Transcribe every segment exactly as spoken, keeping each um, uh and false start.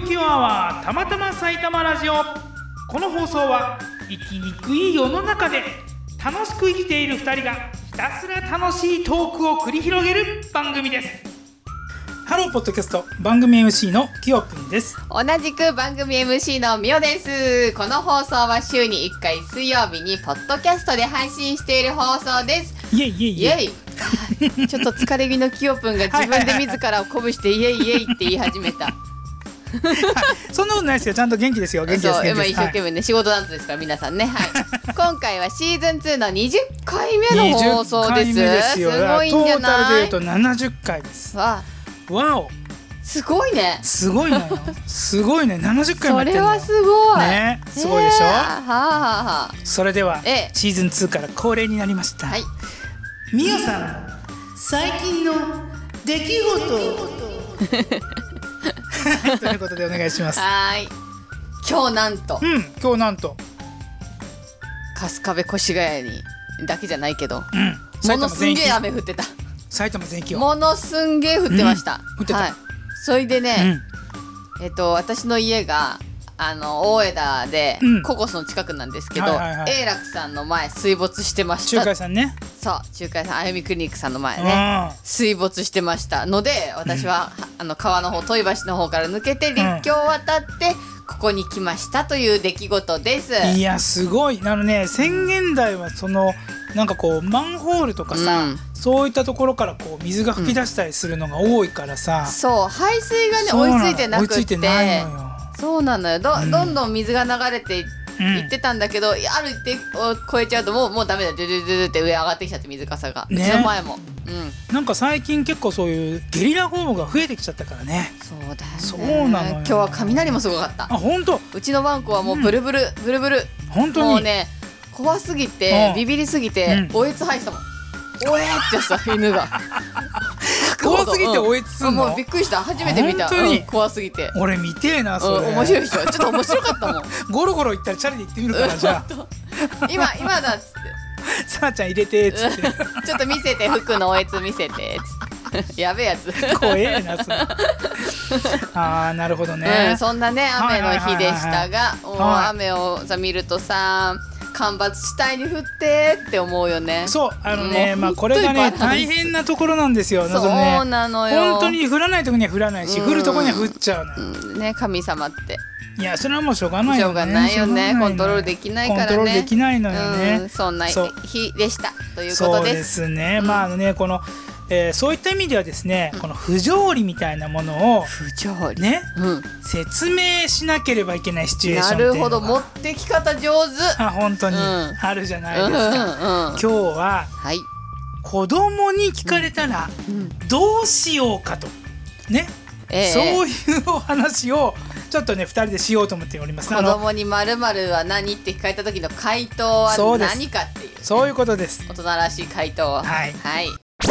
時はたまたま埼玉ラジオ。この放送は生きにくい世の中で楽しく生きているふたりがひたすら楽しいトークを繰り広げる番組です。ハローポッドキャスト番組 エムシー のきよぷんです。 同じく番組 エムシー のみおです。この放送は週にいっかい水曜日にポッドキャストで配信している放送です。 イエイイエイイエイ。 ちょっと疲れ気のきよぷんが自分で自らを鼓舞してイエイイエイって言い始めたそんなことないですよ。ちゃんと元気ですよ。元気です。 そう今一生懸命ね、はい、仕事なんですから皆さんね、はい、今回はシーズンツーのにじゅっかいめの放送です。 にじゅっかいめですよ。 すごいんじゃない？ トータルでいうとななじゅっかいです。わわお、 すごいね。 すごいのよ。すごいね。ななじゅっかいもやってんのよ。 それはすごいね。すごいでしょ、 えー、はあはあはあ。 それでは、 ええ、 シーズンツーから恒例になりました、はい、みおさん最近の出来事ということでお願いします。 はい。今日なんと、 うん、今日なんと春日部越谷にだけじゃないけど、 うん、 ものすんげえ雨降ってた。 埼玉全域をものすんげえ降ってました、 うん、降ってた、 はい、それでね、うん、えっと私の家があの大枝で、うん、ココスの近くなんですけど、はいはいはい、永楽さんの前水没してました。 中華屋さんね。 そう、中華屋さんあゆみクリニックさんの前ね水没してましたので、私は、うん、あの川の方戸井橋の方から抜けて陸橋を渡って、うん、ここに来ましたという出来事です。 いやすごい。あのね、宣言台はそのなんかこうマンホールとかさ、うん、そういったところからこう水が噴き出したりするのが多いからさ、うん、 そう排水がね追いついてなくって追いついてないのよ。 そうなのよ。 ど,、うん、どんどん水が流れていってたんだけど、うん、ある一定を超えちゃうともうもうダメだ、ドゥドゥドゥドゥって上上がってきちゃって、水かさが、ね、うちの前も、うん、 なんか最近結構そういうゲリラ豪雨が増えてきちゃったからね。 そうだよね。 そうなのよ。 今日は雷もすごかった。 あ、本当。 うちのワンコはもうブルブル、うん、ブルブル。 本当にもうね怖すぎて、うん、ビビりすぎて、うん、おえつ吐いてたもん。おえってさ犬が怖すぎておえつすんの、 うん、もうびっくりした。初めて見た、うん、怖すぎて。 俺見てえなそれ、 うん、面白いでしょ。ちょっと面白かったもんゴロゴロ行ったらチャリで行ってみるからじゃあ今今だっつってさあちゃん入れてっつってちょっと見せて、服のおえつ見せてっつってやべえやつ怖えなそれあーなるほどね、 うん、そんなね雨の日でしたが、雨をさ見るとさ干ばつ地帯に降ってって思うよね。そうあのね、まあ、これがね大変なところなんですよ。 そうなのよ。 本当に降らないとこには降らないし、うん、降るとこには降っちゃうのよ、 うん、ね神様って。 いやそれはもうしょうがないよね。 しょうがないよね。コントロールできないからね。 コントロールできないのよね、 うん、そんな日でしたということです。そうですね、うん、まああのねこのえー、そういった意味ではですね、うん、この不条理みたいなものを不条理、 ね、 うん、 説明しなければいけないシチュエーションっていうのが。 なるほど、持ってき方上手。 あ本当に、うん、あるじゃないですか、うんうんうん、今日は、はい、子供に聞かれたらどうしようかとね、えー、そういうお話をちょっとねふたりでしようと思っております。 子供に〇〇は何って聞かれた時の回答は何かっていう、ね、 そういうことです。 大人らしい回答は、 はい、 はい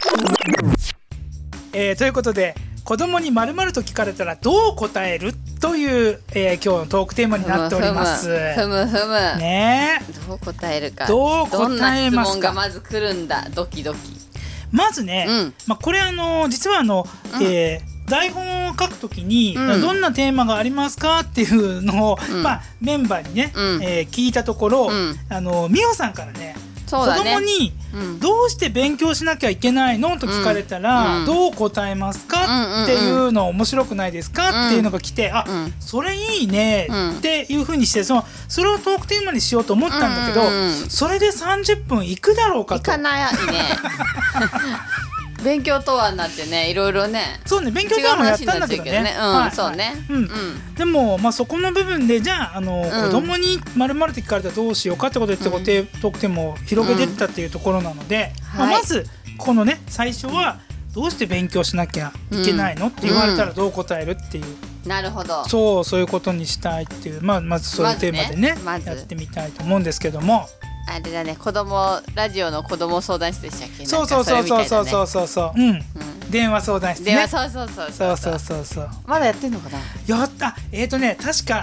えー、ということで子供に〇〇と聞かれたらどう答えるという、えー、今日のトークテーマになっております。 ふむふむね、 どう答えるか。 どう答えますか。 どんな質問がまず来るんだ。ドキドキ。 まずね、うんまあ、これあの実はあの、うんえー、台本を書くときに、うん、どんなテーマがありますかっていうのを、うんまあ、メンバーにね、うんえー、聞いたところ、うん、あの美穂さんからねそうだね、 子供にどうして勉強しなきゃいけないのと聞かれたら、うん、どう答えますかっていうの面白くないですかっていうのが来て、あ、うん、それいいねっていう風にしてそのそれをトークテーマにしようと思ったんだけど、うんうんうん、それでさんじゅっぷんいくだろうかと。 いかないね勉強とはなってね、いろいろね。 そうね、勉強とはもやったんだけどね。 ね、うん、はい、そうね。うん、うん、 でもまあそこの部分でじゃああの、うん、子供にまるまるって聞かれたらどうしようかってことで、うん、トークテーマを広げていったっていうところなので、うんまあ、まずこのね最初はどうして勉強しなきゃいけないのって言われたらどう答えるっていう。 うん、なるほど。 そうそういうことにしたいっていう、まあまずそういうテーマでね、まずね、まずやってみたいと思うんですけども。 あれだね、子供ラジオの子供相談室でしたっけ。 そうそうそうそうそうそうそうそう、うん、うん、電話相談室ね。 電話そうそうそうそうそうそうそう。 まだやってんのかな。 やった。えっとね確か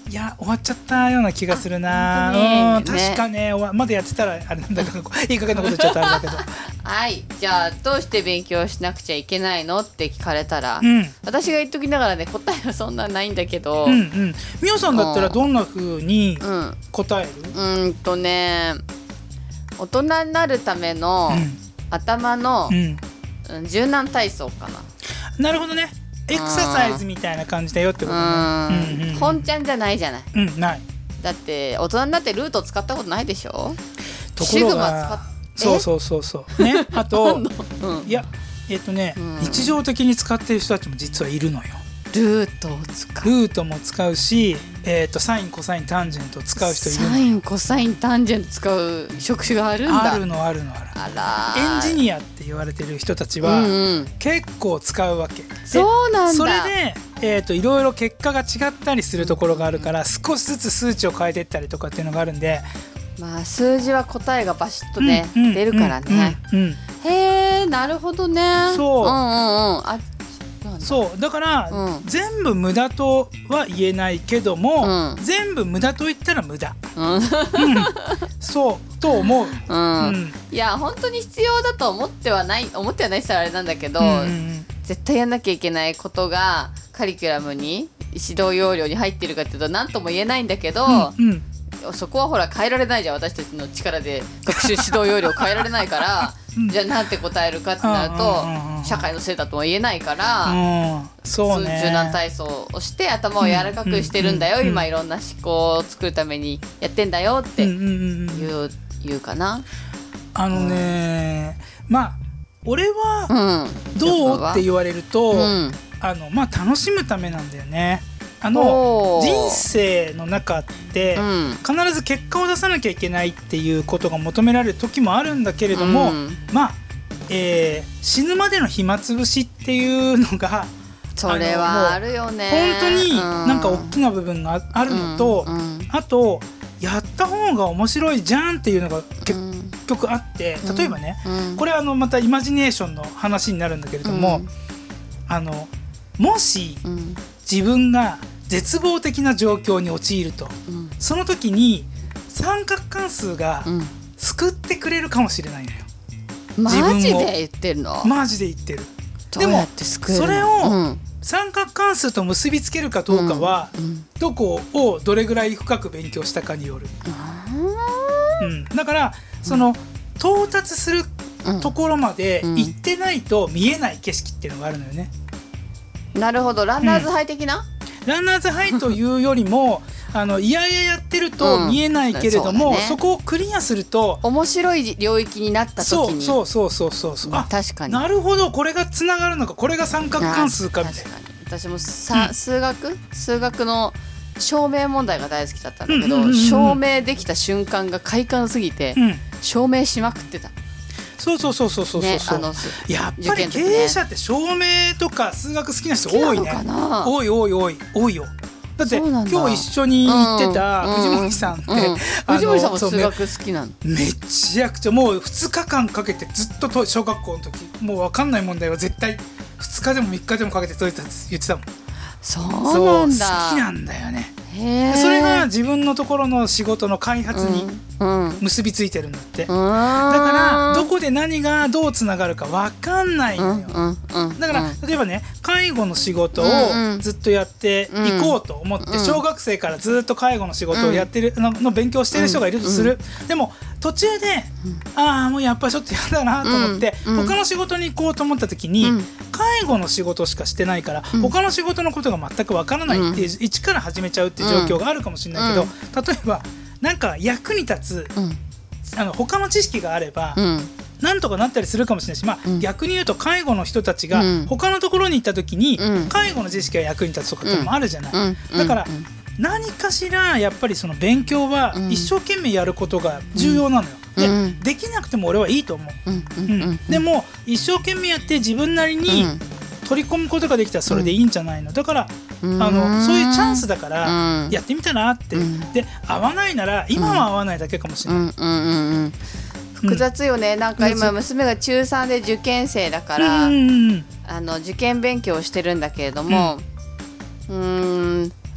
いや終わっちゃったような気がするな、うん、確かねまだやってたらあれなんだけどいい加減なこと言っちゃったあれだけどはいじゃあどうして勉強しなくちゃいけないのって聞かれたら、 うん、 私が言っときながらね答えはそんなないんだけど、 うんうん、みおさんだったらどんな風に答える？ うん、うんとね大人になるための、うん、頭の、うん、柔軟体操かな。 なるほどね。エクササイズみたいな感じだよってことね。 うんうんうん、本ちゃんじゃないじゃない。 うん、ない。 だって大人になってルート使ったことないでしょ。 ところがシグマ使っそうそうそうそうね。あと、うん、いやえっとね、うん、日常的に使ってる人たちも実はいるのよ。 ルートを使う。 ルートも使うし、えー、とサインコサインタンジェントを使う人いるのよ。 サインコサインタンジェント使う職種があるんだ。 あるのあるのある。 あらエンジニアって言われてる人たちは、うんうん、結構使うわけ。 そうなんだ。 それで、えー、といろいろ結果が違ったりするところがあるから、うん、少しずつ数値を変えていったりとかっていうのがあるんで、 まあ数字は答えがバシッとね、うんうん、出るからね、うんうんうん、へーなるほどね。 そう、 うんうんうん、あそうだから、うん、全部無駄とは言えないけども、うん、全部無駄と言ったら無駄、うんうん、そうと思う、 うんうん、いや本当に必要だと思ってはない思ってはないって言ったらあれなんだけど、うんうん、絶対やんなきゃいけないことがカリキュラムに指導要領に入ってるかっていうと何とも言えないんだけど、うんうんそこはほら変えられないじゃん。私たちの力で学習指導要領変えられないから、うん、じゃあなんて答えるかってなると、うんうん、社会のせいだとも言えないから、うん、そうね、柔軟体操をして頭を柔らかくしてるんだよ、うんうんうん、今いろんな思考を作るためにやってんだよって言う、うんうんうん、言うかな。 あのね、うん、まあ俺はどうって言われると、うん、あのまあ楽しむためなんだよね。あの人生の中って必ず結果を出さなきゃいけないっていうことが求められる時もあるんだけれども、うん、まあ、えー、死ぬまでの暇つぶしっていうのがそれはあるよね。 本当になんか大きな部分があるのと、うんうん、あとやった方が面白いじゃんっていうのが結局あって、うん、例えばね、うん、これはあのまたイマジネーションの話になるんだけれども、うん、あのもし自分が絶望的な状況に陥ると、うん、その時に三角関数が救ってくれるかもしれないのよ、 うん、マジで言ってるの？ マジで言ってる。 どうやって救えるの？ でもそれを三角関数と結びつけるかどうかは、うんうん、どこをどれぐらい深く勉強したかによる、うん、だからその到達するところまで行ってないと見えない景色っていうのがあるのよね、 うん、なるほど。ランナーズハイ的な、うんランナーズハイというよりもあのいやいややってると見えないけれども、うん そ, ね、そこをクリアすると面白い領域になった時にそうそうそうそうそう、あ、 確かになるほどこれがつながるのかこれが三角関数かみたいな。 私もさ、うん、数学数学の証明問題が大好きだったんだけど、うんうんうんうん、証明できた瞬間が快感すぎて、うん、証明しまくってた。 そうそうそうそうそうそう、ね、あのやっぱり経営者って証明とか数学好きな人多いね。多い多い多い多いよ。だって今日一緒に行ってた藤森さんって、うんうん、 藤森さんも数学好きなの？ めっちゃくちゃもうふつかかんかけてずっとと小学校の時もう分かんない問題は絶対ふつかでもみっかでもかけて解いてたって言ってたもん。 そうなんだ。 好きなんだよね。それが自分のところの仕事の開発に結びついてるんだって、うんうん、だからどこで何がどうつながるか分かんないのよ、うんうん、だから例えばね介護の仕事をずっとやっていこうと思って小学生からずっと介護の仕事をやってるのの勉強してる人がいるとする。でも途中でああもうやっぱちょっとやだなと思って他の仕事に行こうと思った時に介護の仕事しかしてないから他の仕事のことが全く分からないっていう一から始めちゃうっていう状況があるかもしれないけど、うん、例えばなんか役に立つ、うん、あの他の知識があれば、うん、なんとかなったりするかもしれないし、まあうん、逆に言うと介護の人たちが他のところに行った時に、うん、介護の知識が役に立つとかってのもあるじゃない、うん、だから、うん、何かしらやっぱりその勉強は一生懸命やることが重要なのよ、うん、で、できなくても俺はいいと思う、うんうんうん、でも一生懸命やって自分なりに取り込むことができたらそれでいいんじゃないの。だからあのそういうチャンスだからやってみたらって、うん、で合わないなら今は合わないだけかもしれない、うんうんうんうん、 複雑よね。なんか今娘がちゅうさんで受験生だから、うんうんうん、あの受験勉強をしてるんだけれども、うん、うーん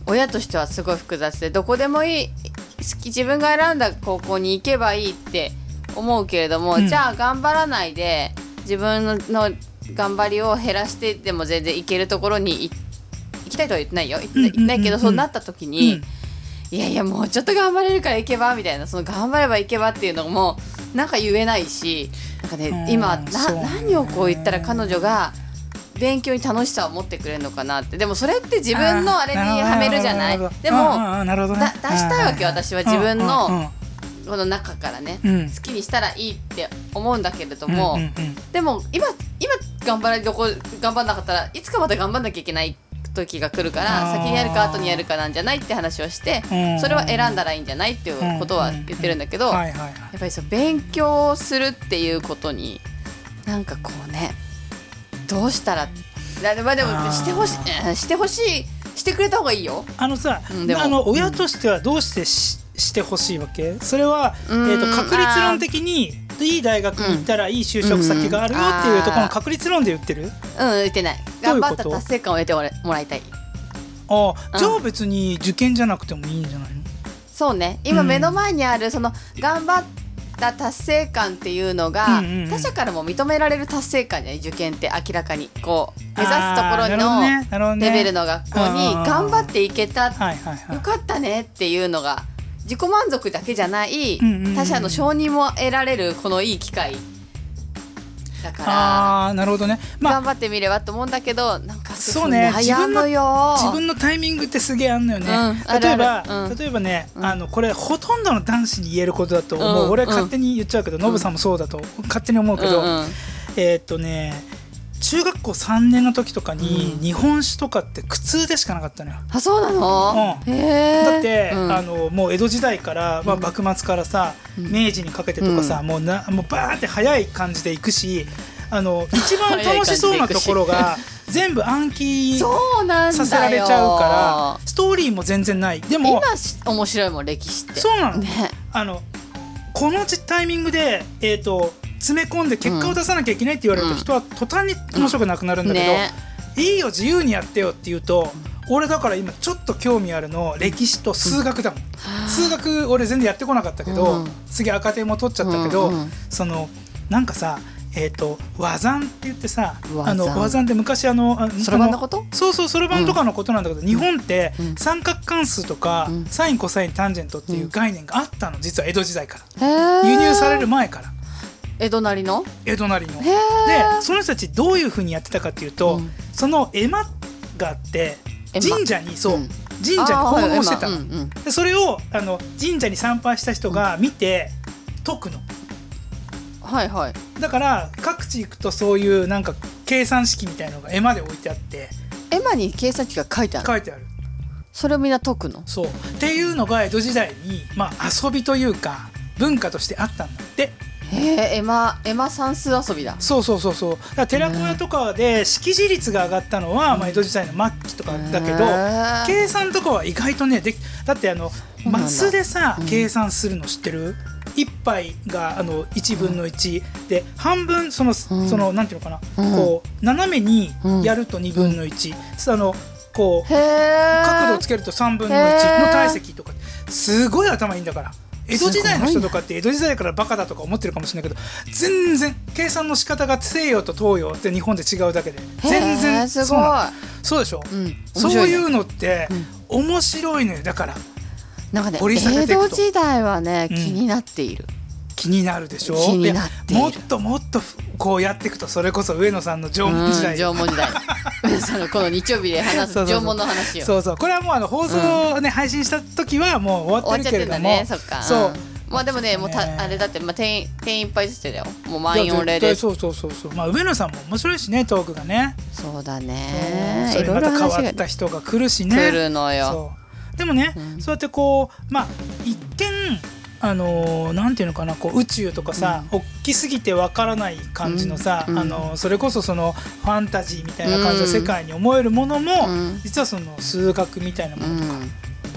親としてはすごい複雑で、どこでもいい、好き、自分が選んだ高校に行けばいいって思うけれども、うん、じゃあ頑張らないで自分の頑張りを減らしてでも全然行けるところに行きたいとは言ってないよ、言ってないけど、そうなった時に、うん、いやいやもうちょっと頑張れるから行けばみたいな、その頑張れば行けばっていうのもなんか言えないし、なんかね、今な何をこう言ったら彼女が勉強に楽しさを持ってくれるのかなって。でもそれって自分のあれにはめるじゃない。でも、ね、出したいわけ、私は自分のこの中からね、うん、好きにしたらいいって思うんだけれども、うんうんうん、でも今今頑張らどこ頑張んなかったらいつかまた頑張んなきゃいけない時が来るから、先にやるか後にやるかなんじゃないって話をして、それは選んだらいいんじゃないっていうことは言ってるんだけど、やっぱりそう勉強するっていうことになんかこうね、どうしたら、まあでもしてほしいしてほしいしてくれた方がいいよ。 あのさ、うん、あの親としてはどうしてし、してほしいわけ？それは、えーと、確率論的にいい大学に行ったらいい就職先があるよっていうところの確率論で言ってる？ うん、言ってない。頑張った達成感を得てもらいたい。 ああ、じゃあ別に受験じゃなくてもいいんじゃないの？ そうね、今目の前にあるその頑張った達成感っていうのが、うんうんうん、他者からも認められる達成感じゃない？受験って明らかにこう目指すところのレベルの学校に頑張っていけた、よかったねっていうのが自己満足だけじゃない、うんうんうん、他者の承認も得られるこのいい機会だから、 あ、なるほどね、まあ、 頑張ってみればと思うんだけど、なんかそうね、自分の自分のタイミングってすげえあんのよね、うん、例えばあるある、うん、例えばね、うん、あのこれほとんどの男子に言えることだと思う、うん、俺は勝手に言っちゃうけど、ノブ、うん、さんもそうだと勝手に思うけど、うんうん、えー、っとね中学校さんねんの時とかに日本史とかって苦痛でしかなかったのよ。 あ、そうなの？ うん、へだって、うん、あのもう江戸時代から、まあ、幕末からさ、うん、明治にかけてとかさ、うん、もうなもうバーって早い感じでいくし、あの一番楽しそうなところが全部暗記させられちゃうからストーリーも全然ない。でも今面白いもん歴史って。 そうなの、 ね、あのこのタイミングで、えーと詰め込んで結果を出さなきゃいけないって言われると、人は途端に面白くなくなるんだけど、うんね、いいよ自由にやってよって言うと、俺だから今ちょっと興味あるの歴史と数学だもん、うん、数学俺全然やってこなかったけど、うん、次赤点も取っちゃったけど、うんうん、そのなんかさ、えーと、和算って言ってさ、あの和算って昔あのそろばんのこと？ そうそう、そろばんとかのことなんだけど、うん、日本って三角関数とか、うん、サインコサインタンジェントっていう概念があったの、実は江戸時代から、輸入される前から。 江戸なりの江戸なりので、その人たちどういう風にやってたかっていうと、うん、その絵馬があって神社に、そう、うん、神社に奉納してたの、うんうん、でそれをあの神社に参拝した人が見て解くの、 はいはい、 だから各地行くとそういうなんか計算式みたいなのが絵馬で置いてあって、 絵馬に計算式が書いてある書いてあるそれをみんな解くの？ そうっていうのが江戸時代に、まあ、遊びというか文化としてあったんだって。 へえ、エマ、エマ算数遊びだ。 そうそうそうそう。だから寺子屋とかで識字率が上がったのは、まあ、江戸時代の末期とかだけど、計算とかは意外とねでき、だってあのマスでさ、うん、計算するの知ってる？いっぱいがあのいちぶんのいち、うん、で半分その、うん、そのなんていうのかな、うん、こう斜めにやるとにぶんのいち、うん、あのこう角度をつけるとさんぶんのいちの体積とか、すごい頭いいんだから。江戸時代の人とかって江戸時代からバカだとか思ってるかもしれないけど、全然計算の仕方が西洋と東洋って日本で違うだけで全然すごいそうなの。そうでしょ、うん、そういうのって面白いのよ。だからなんかね、江戸時代はね、うん、気になっている。 気になるでしょ。 気になっている。 もっともっとこうやっていくと、それこそ上野さんの縄文時代、 縄文時代上野さんのこの日曜日で話す縄文の話をそうそう、これはもうあの放送をね、うん、配信した時はもう終わってるけれども、 終わっちゃってんだね。そっか。そう、うん、まあでもね、もうたあれだって、まあ、定員定員いっぱいしてたよ。もう満員御礼で。 そうそうそうそう。まあ上野さんも面白いしね、トークがね。 そうだね。 それまた変わった人が来るしね。 来るのよ。 そうでもね、うん、そうやってこう、まあ一見あのー、なんていうのかな、こう宇宙とかさ、うん、大きすぎてわからない感じのさ、うん、あのー、それこそそのファンタジーみたいな感じの世界に思えるものも、うん、実はその数学みたいなものとか、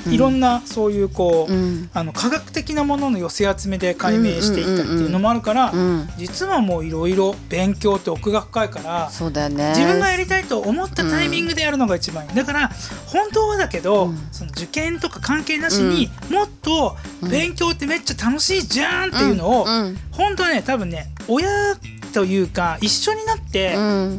うん、いろんなそういうこう、うん、あの科学的なものの寄せ集めで解明していったっていうのもあるから、うんうんうん、実はもういろいろ勉強って奥が深いから、 そうだよね、 自分がやりたいと思ったタイミングでやるのが一番いい、うん、だから本当はだけど、うん、その受験とか関係なしに、うん、もっと勉強ってめっちゃ楽しいじゃんっていうのを、うんうん、本当はね多分ね親というか一緒になって、うん、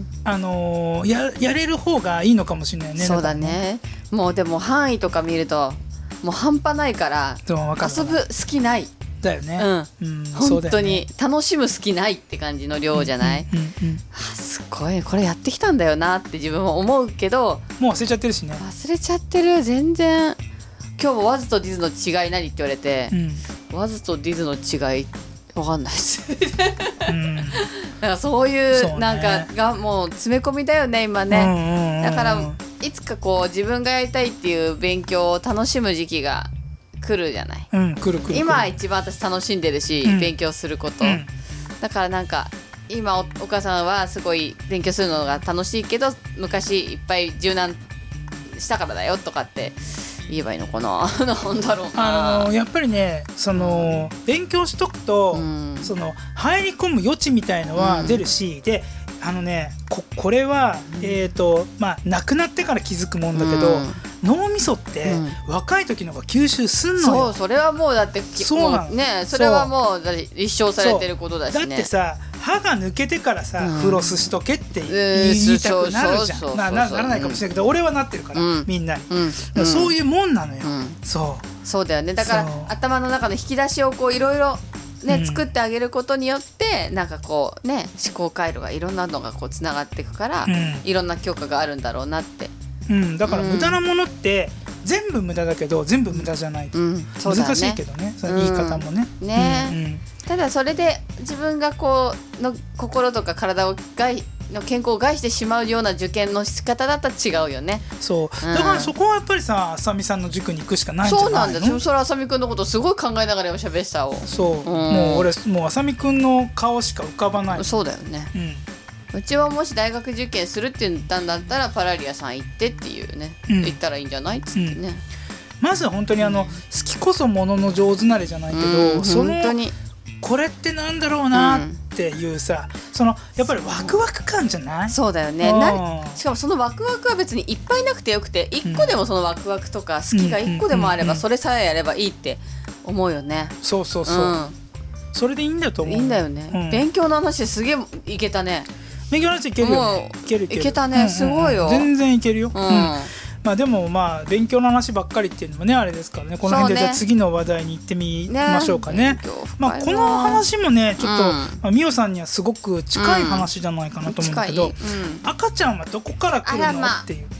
あのー、や, やれる方がいいのかもしれないね。 そうだね。もうでも範囲とか見るともう半端ないから遊ぶ好きないだよね、 うんうん、本当に楽しむ好きないって感じの量じゃない、うんうんうんうん、すごいこれやってきたんだよなって自分も思うけどもう忘れちゃってるしね。 忘れちゃってる。全然今日もワズとディズの違い何って言われて、うん、ワズとディズの違い分かんないです、うん、だからそういうなんかがもう詰め込みだよね今ね、うんうんうん、だからいつかこう自分がやりたいっていう勉強を楽しむ時期が来るじゃない、 うん、来る来る。 今は一番私楽しんでるし、うん、勉強すること、うん、だからなんか今 お, お母さんはすごい勉強するのが楽しいけど昔いっぱい柔軟したからだよとかって言えばいいのかななんだろうな。 あのやっぱりねその勉強しとくと、うん、その入り込む余地みたいのは出るし、うん、であのね こ, これは、うん、えーとまあ亡くなってから気づくもんだけど、うん、脳みそって、うん、若い時の方が吸収すんのよ。 そうそれはもうだってそうなのね。それはもう立証されてることだしね。 だってさ歯が抜けてからさ、うん、フロスしとけって言いたくなるじゃん。ならないかもしれないけど、うん、俺はなってるから、うん、みんなに、うん、そういうもんなのよ、うん、そうそうだよね。だから頭の中の引き出しをこういろいろね、うん、作ってあげることによってなんかこうね思考回路がいろんなのがこうつながっていくから、うん、いろんな教科があるんだろうなって、 うん、だから無駄なものって全部無駄だけど全部無駄じゃないと、うん、難しいけどね、その言い方もね、 うんねうんうん、ただそれで自分がこうの心とか体を害の健康を害してしまうような受験の仕方だったら違うよね。 そう、うん、だからそこはやっぱりさあさみさんの塾に行くしかないんじゃないの。 そうなんだよ。それあさみくんのことすごい考えながら今喋ってたをそう、うん、もう俺もうあさみくんの顔しか浮かばない。 そうだよね、うん、うちはもし大学受験するって言ったんだったらパラリアさん行ってっていうね、うん、言ったらいいんじゃないっつってね、うん、 まずは本当にあの、うん、好きこそものの上手なれじゃないけど、うん、その本当にこれってなんだろうなっていうさ、うん、そのやっぱりワクワク感じゃない？ そうだよね、うん、なしかもそのワクワクは別にいっぱいなくてよくていっこでもそのワクワクとか好きがいっこでもあればそれさえやればいいって思うよね。 そうそうそう、うん、それでいいんだと思う。 いいんだよね、うん、勉強の話すげえいけたね。 勉強の話いけるよね。いけるいけるいけたね、うんうんうん、すごいよ。 全然いけるよ、うんうん、まあでもまあ勉強の話ばっかりっていうのもねあれですからね。この辺でじゃあ次の話題に行ってみましょうかね。まあこの話もねちょっと、うんまあ、みおさんにはすごく近い話じゃないかなと思うんだけど、うんうん、赤ちゃんはどこから来るの、ま、っていう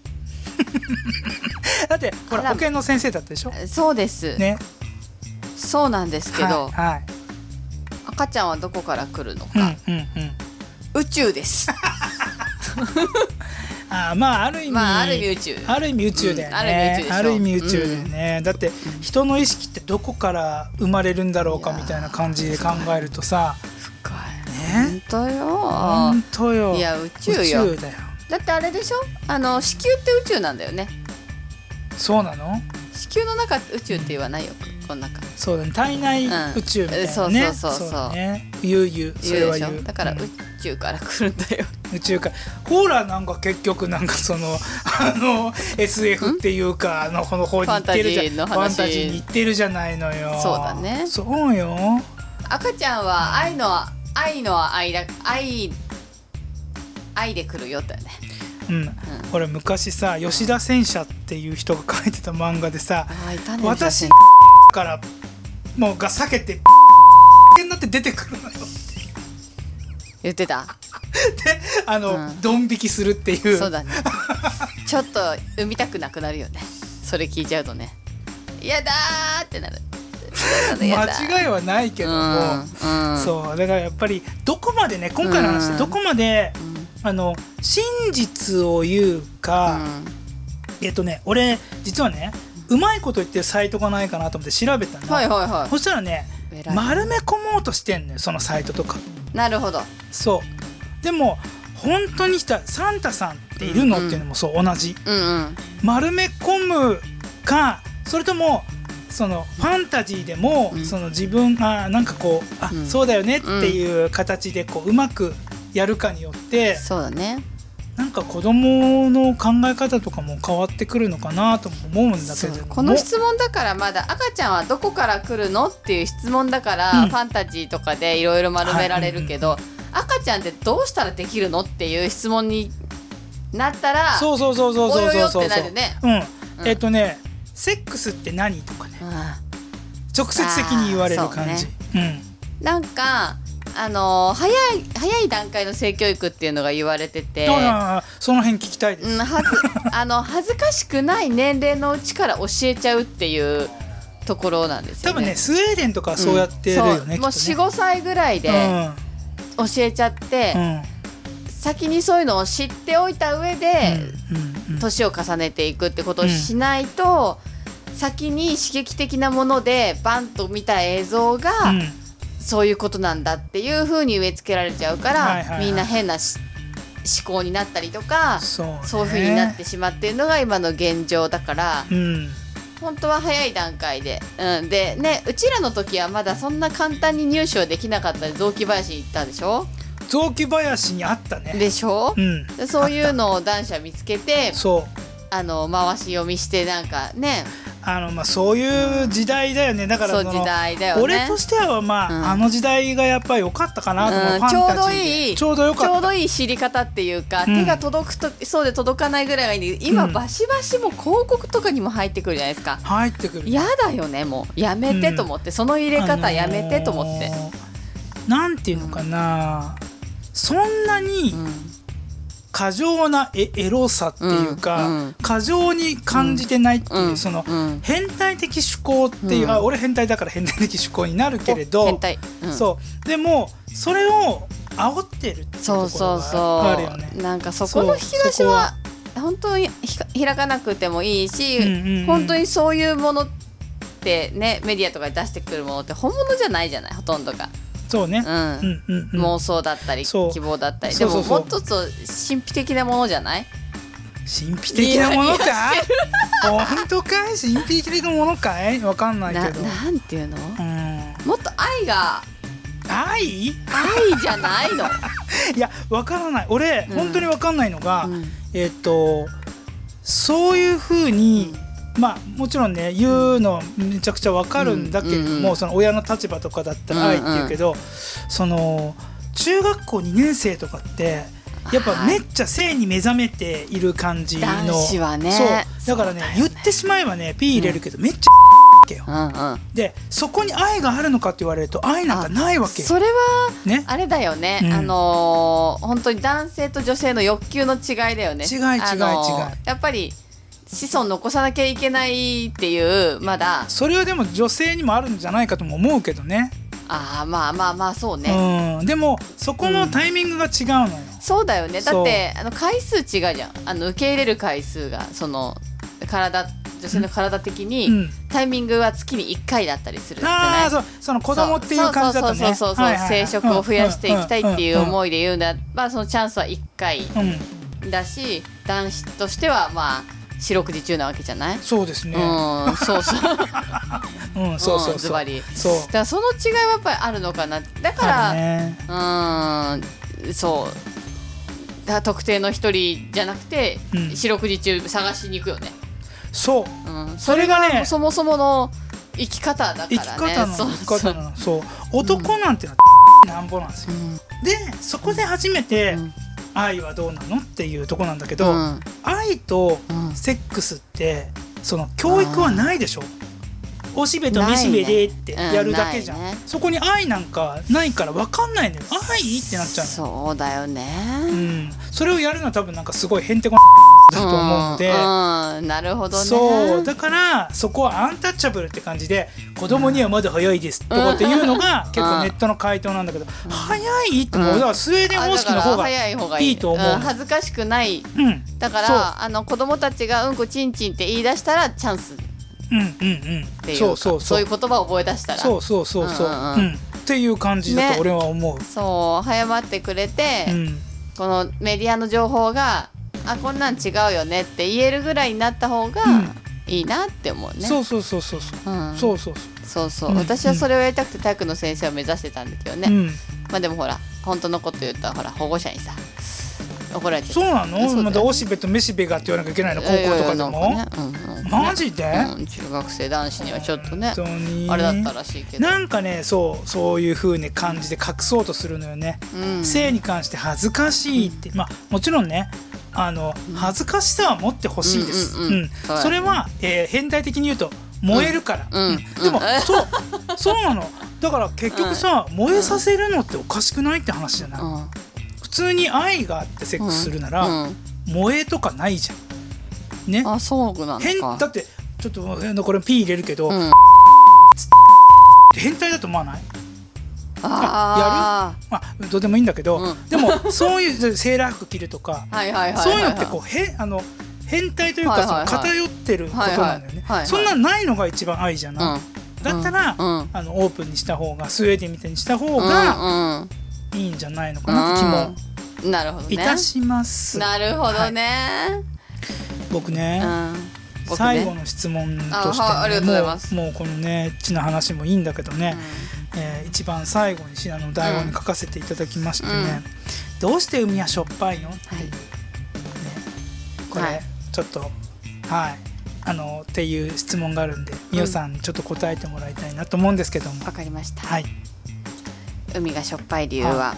だってほら保健の先生だったでしょ。 そうですね。そうなんですけど、 はいはい、 赤ちゃんはどこから来るのか、うんうんうん、宇宙ですあまあある意味、 まあ、ある意味宇宙ある意味宇宙だよね、うん、ある意味宇宙だよね、うん、だって人の意識ってどこから生まれるんだろうかみたいな感じで考えるとさ深いね。本当よ本当よ。 いや宇宙よ。宇宙だよ。だってあれでしょ、あの子宮って宇宙なんだよね。 そうなの？ 子宮の中宇宙って言わないよ、うん、この中。 そうだね、体内宇宙みたいなね、うん、そうそうそうそう、そうね、言う言うそれは言う。 だから宇宙から来るんだよ、 うん、宇宙から。ほらなんか結局なんかそのあの エスエフ っていうかあのこの方に行ってるじゃん。ファンタジーに行ってるじゃないのよ。 そうだね。 そうよ。 赤ちゃんは愛の愛の愛だ愛愛で来るよってね。 うんうん、俺昔さ吉田戦車っていう人が書いてた漫画でさ、ね、私からもうが避けてになって出てくるのよって言ってたであの、うん、ドン引きするっていう。 そうだねちょっと産みたくなくなるよねそれ聞いちゃうとね。やだーってなる間違いはないけども、うんうん、そうだからやっぱりどこまでね今回の話でどこまで、うんあの真実を言うか、うん、えっとね俺実はねうまいこと言ってるサイトがないかなと思って調べたの、 はいはいはい、 そしたらね丸め込もうとしてんのよそのサイトとか。 なるほど。 そうでも本当にしたサンタさんっているの、うんうん、っていうのもそう同じ、うんうん、丸め込むかそれともそのファンタジーでも、うん、その自分がなんかこうあ、うん、そうだよねっていう形でこううまくやるかによって、 そうだね、 なんか子供の考え方とかも変わってくるのかなとも思うんだけども、 この質問だからまだ赤ちゃんはどこから来るのっていう質問だから、うん、ファンタジーとかでいろいろ丸められるけど、はい、赤ちゃんってどうしたらできるのっていう質問になったら、 そうそうそうそうそうそうそう、 およよってなるね、 うんうん、えっとねセックスって何とかね、うん、直接的に言われる感じ、ね、 うん、なんかあのー、早い早い段階の性教育っていうのが言われてて、 あその辺聞きたいです、 うん、はずあの恥ずかしくない年齢のうちから教えちゃうっていうところなんですよね。 多分ねスウェーデンとかそうやってるよね、うん、そうね、もう よん,ご 歳ぐらいで教えちゃって、うん、先にそういうのを知っておいた上で年を重ねていくってことをしないと、うん、先に刺激的なものでバンと見た映像が、うん、そういうことなんだっていう風に植え付けられちゃうから、はいはいはい、みんな変な思考になったりとか そうね、そういう風になってしまっているのが今の現状だから、うん、本当は早い段階で、うん、でね、うちらの時はまだそんな簡単に入手できなかったで雑木林に行ったでしょ。 雑木林にあったねでしょ、うん、でそういうのを男子見つけて、 そうあの回し読みしてなんかね、 あのまあそういう時代だよね。だからそのそう時代だよね。 俺としてはまあ、うん、あの時代がやっぱり良かったかなと思う、うん、ファンタジーでちょうどいいちょうどよかった、 ちょうどいい知り方っていうか、うん、手が届くとそうで届かないぐらいがいいんで、今、うん、バシバシも広告とかにも入ってくるじゃないですか。 入ってくる。 やだよね、もうやめてと思って、うん、その入れ方やめてと思って、あのー、なんていうのかな、うん、そんなに、うん、過剰な エ, エロさっていうか、うんうん、過剰に感じてないっていう、うん、その、うん、変態的趣向っていう、うん、あ俺変態だから変態的趣向になるけれど、 変態、うん、 そうでもそれを煽ってるっていうところがあるよね。そうそうそう、 なんかそこの引き出しは本当に開かなくてもいいし、うんうんうん、本当にそういうものってね、メディアとかで出してくるものって本物じゃないじゃない、ほとんどが。 そうね、 うんうんうんうん、妄想だったり希望だったり、でももっと神秘的なものじゃない？ 神秘的なものか？本当かい？神秘的なものかい？わかんないけどな, なんていうの、うん、もっと愛が愛？ 愛じゃないの？ いやわからない、俺、うん、本当にわかんないのが、うん、えっとそういう風に、うん、まあもちろんね言うのめちゃくちゃわかるんだけども、うんうんうん、その親の立場とかだったら愛って言うけど、うんうん、その中学校にねん生とかってやっぱめっちゃ性に目覚めている感じの、 男子はね、 そうだから ね, ね言ってしまえばね P 入れるけど、うん、めっちゃけよ、うんうん、でそこに愛があるのかって言われると愛なんかないわけよ。 それは、ね、あれだよね、うん、あのー、本当に男性と女性の欲求の違いだよね。 違い違い違い、あのー、 やっぱり子孫残さなきゃいけないっていう、まだそれはでも女性にもあるんじゃないかとも思うけどね。 ああまあまあまあそうね、 うん、でもそこのタイミングが違うのよ、 うん、そうだよね。だってあの回数違うじゃん、あの受け入れる回数が、その体女性の体的に、うん、タイミングは月にいっかいだったりするじゃない。 あそう、その子供っていう感じだとね、 そうそうそうそう、はいはいはい、生殖を増やしていきたいっていう思いで言うんだ、まあそのチャンスはいっかいだし、うん、男子としてはまあ四六時中なわけじゃない。 そうですね、 うん、そうそううん、そうそうそう、 ズバリ。 そうだからその違いはやっぱりあるのかな。だから、ね、うん、そうだから特定の一人じゃなくて、うん、四六時中探しに行くよね。 そう、 うん、それがねそもそもの生き方だからね。 生き方なの、 そう生き方なの。そう男なんてのは、うん、なんぼなんですよ、うん、でそこで初めて、うん、愛はどうなのっていうとこなんだけど、うん、愛とセックスってその教育はないでしょ。おしべとめしべでってやるだけじゃん、ね、うん、そこに愛なんかないから分かんないのよ。愛ってなっちゃうの。 そうだよね、 うん、それをやるのは多分なんかすごいへんてこなだと思うので、 うんうん、なるほどね。 そうだからそこはアンタッチャブルって感じで、子供にはまだ早いですとかっていうのが結構ネットの回答なんだけど、うん、早いってもうだからスウェーデン方式の方がいいと思う、うん、 恥ずかしくない、うん、だからあの子供たちがうんこちんちんって言い出したらチャンス、 うんうんうん、 っていうか、そうそうそう、そういう言葉を覚え出したら、 そうそうそうそう、うんうんうん、っていう感じだと俺は思う、 ね、そう早まってくれて、うん、このメディアの情報があこんなん違うよねって言えるぐらいになった方がいいなって思うね。 そうそうそうそうそう、うん、そうそうそうそう、うん、私はそれをやりたくて体育の先生を目指してたんだけどね、うん、まあでもほら本当のこと言ったらほら保護者にさ怒られて。 そうなの？まだおしべとめしべがって言わなきゃいけないの、高校とかでも、ねうんうん、マジで、 うん、中学生男子にはちょっとねあれだったらしいけど、 なんかねそうそういう風に感じで隠そうとするのよね、うん、性に関して恥ずかしいって、うん、まあもちろんねあの恥ずかしさは持ってほしいです、うんうんうんうん、そ, それは、えー、変態的に言うと燃えるから、うんうん、でも、うん、そうそうなの。だから結局さ、うん、燃えさせるのっておかしくないって話じゃない、うん、普通に愛があってセックスするなら、うんうん、燃えとかないじゃんね。 あ、そうなのか。 変だってちょっとこれ P 入れるけど、うん、変態だと思わない？あやる、まあ、どうでもいいんだけど、うん、でもそういうセーラー服着るとかそういうのってこうへあの変態というか、はいはいはい、その偏ってることなんだよね、はいはい、そんなないのが一番愛じゃない、うん、だったら、うん、あのオープンにした方がスウェーデンみたいにした方がいいんじゃないのかなって気も、 なるほどね、 いたします。 なるほどね、はい、 僕ね、うん、最後の質問として、ね、あありがとうございます。もう、もうこのねエッチな話もいいんだけどね、うんえー、一番最後にシナの台本に書かせていただきましてね、うん、どうして海はしょっぱいのっていう、はいね、これ、はい、ちょっとはいあのっていう質問があるんで、みおさんにちょっと答えてもらいたいなと思うんですけども。 わかりました、 はい、 海がしょっぱい理由は、はい、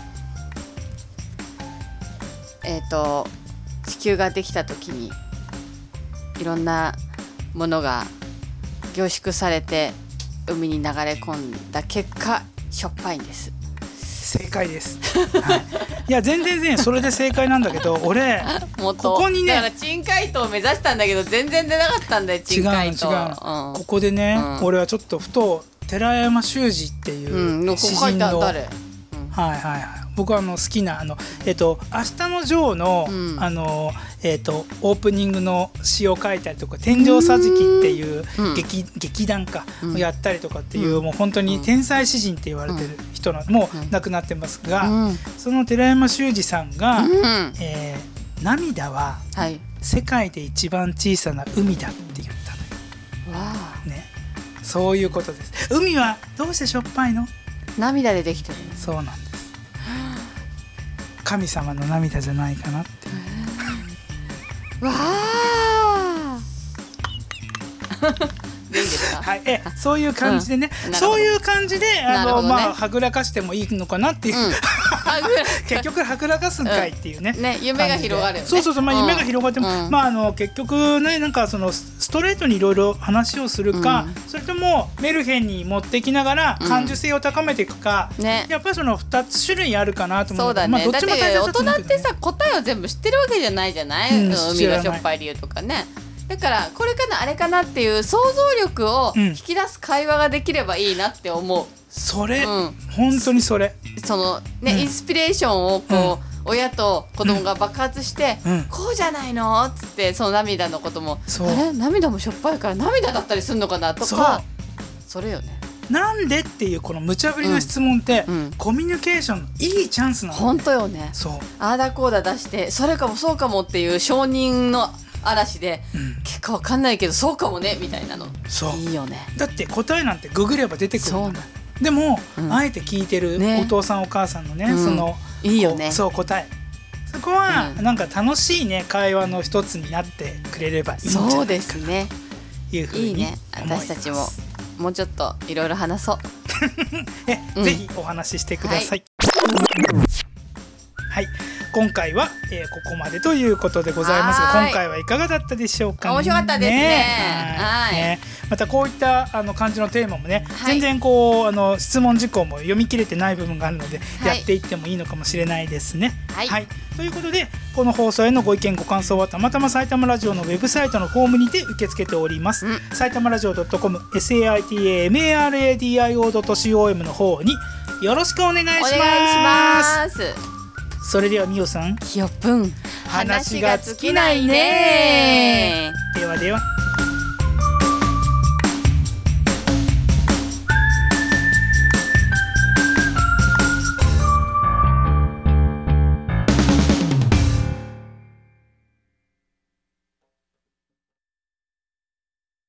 えっと地球ができた時にいろんなものが凝縮されて海に流れ込んだ結果しょっぱいんです。 正解です、はい、いや全然全然それで正解なんだけど俺ここにねだから珍解答を目指したんだけど全然出なかったんだよ。珍解答違うの違うの、うん、ここでね、うん、俺はちょっとふと寺山修司っていう詩人の、うん、誰、うん、はいはいはい僕はあの好きなあの、えー、と明日のジョーの、うんあのえー、とオープニングの詩を書いたりとか天井桟敷っていう劇、うん、劇団か、うん、やったりとかっていう、うん、もう本当に天才詩人って言われてる人の、うん、もう亡くなってますが、うん、その寺山修司さんが、うんえー、涙は世界で一番小さな海だって言ったのよ、はいね、そういうことです。海はどうしてしょっぱいの？ 涙でできてる。 そうなんです。神様の涙じゃないかなって。 わあいいですか？ はい、えそういう感じでね、うん、そういう感じであの、ねまあ、はぐらかしてもいいのかなっていう、うん、結局はぐらかすんかいっていうね、 うん、ね夢が広がるよね。 そうそうそう、まあ、夢が広がっても、うん、まああの結局ねなんかそのストレートにいろいろ話をするか、うん、それともメルヘンに持っていきながら感受性を高めていくか、うんね、やっぱりそのふたつ種類あるかなと思う。 そうだね、 まあ、どっちも大切だと思うけどね。 だって大人ってさ答えを全部知ってるわけじゃないじゃない、うん、海がしょっぱい理由とかね。だからこれかなあれかなっていう想像力を引き出す会話ができればいいなって思う、うん、 それ、うん、本当にそれそのね、うん、インスピレーションをこう、うん、親と子供が爆発して、うん、こうじゃないのっつってその涙のこともあれ涙もしょっぱいから涙だったりするのかなとか そ, それよね。 なんでっていうこの無茶ぶりな質問って、うんうん、コミュニケーションのいいチャンスなの。 本当よね。 そうあーだこうだ出してそれかもそうかもっていう承認の嵐で、うん、結果わかんないけどそうかもねみたいなのそういいよね。 だって答えなんてググれば出てくるんだ。でも、うん、あえて聞いてるお父さん、ね、お母さんのね、うん、そのいいよね。 そう答えそこは、うん、なんか楽しいね会話の一つになってくれればいいんじゃないかな。そうですね。いうふうに思います。いいね。私たちももうちょっといろいろ話そうえ、うん、ぜひお話ししてください。はい、はい、今回は、えー、ここまでということでございますが、今回はいかがだったでしょうかね。 面白かったですね。はい、 ね、またこういったあの感じのテーマもね、はい、全然こうあの質問事項も読み切れてない部分があるので、はい、やっていってもいいのかもしれないですね。はい、はい、ということでこの放送へのご意見ご感想はたまたま埼玉ラジオのウェブサイトのフォームにて受け付けております。うん、埼玉ラジオ .com サイタマラジオ ドットコム の方によろしくお願いします。お願いします。それではみおさん、 ひよぷん、話が尽きないね。 ではでは。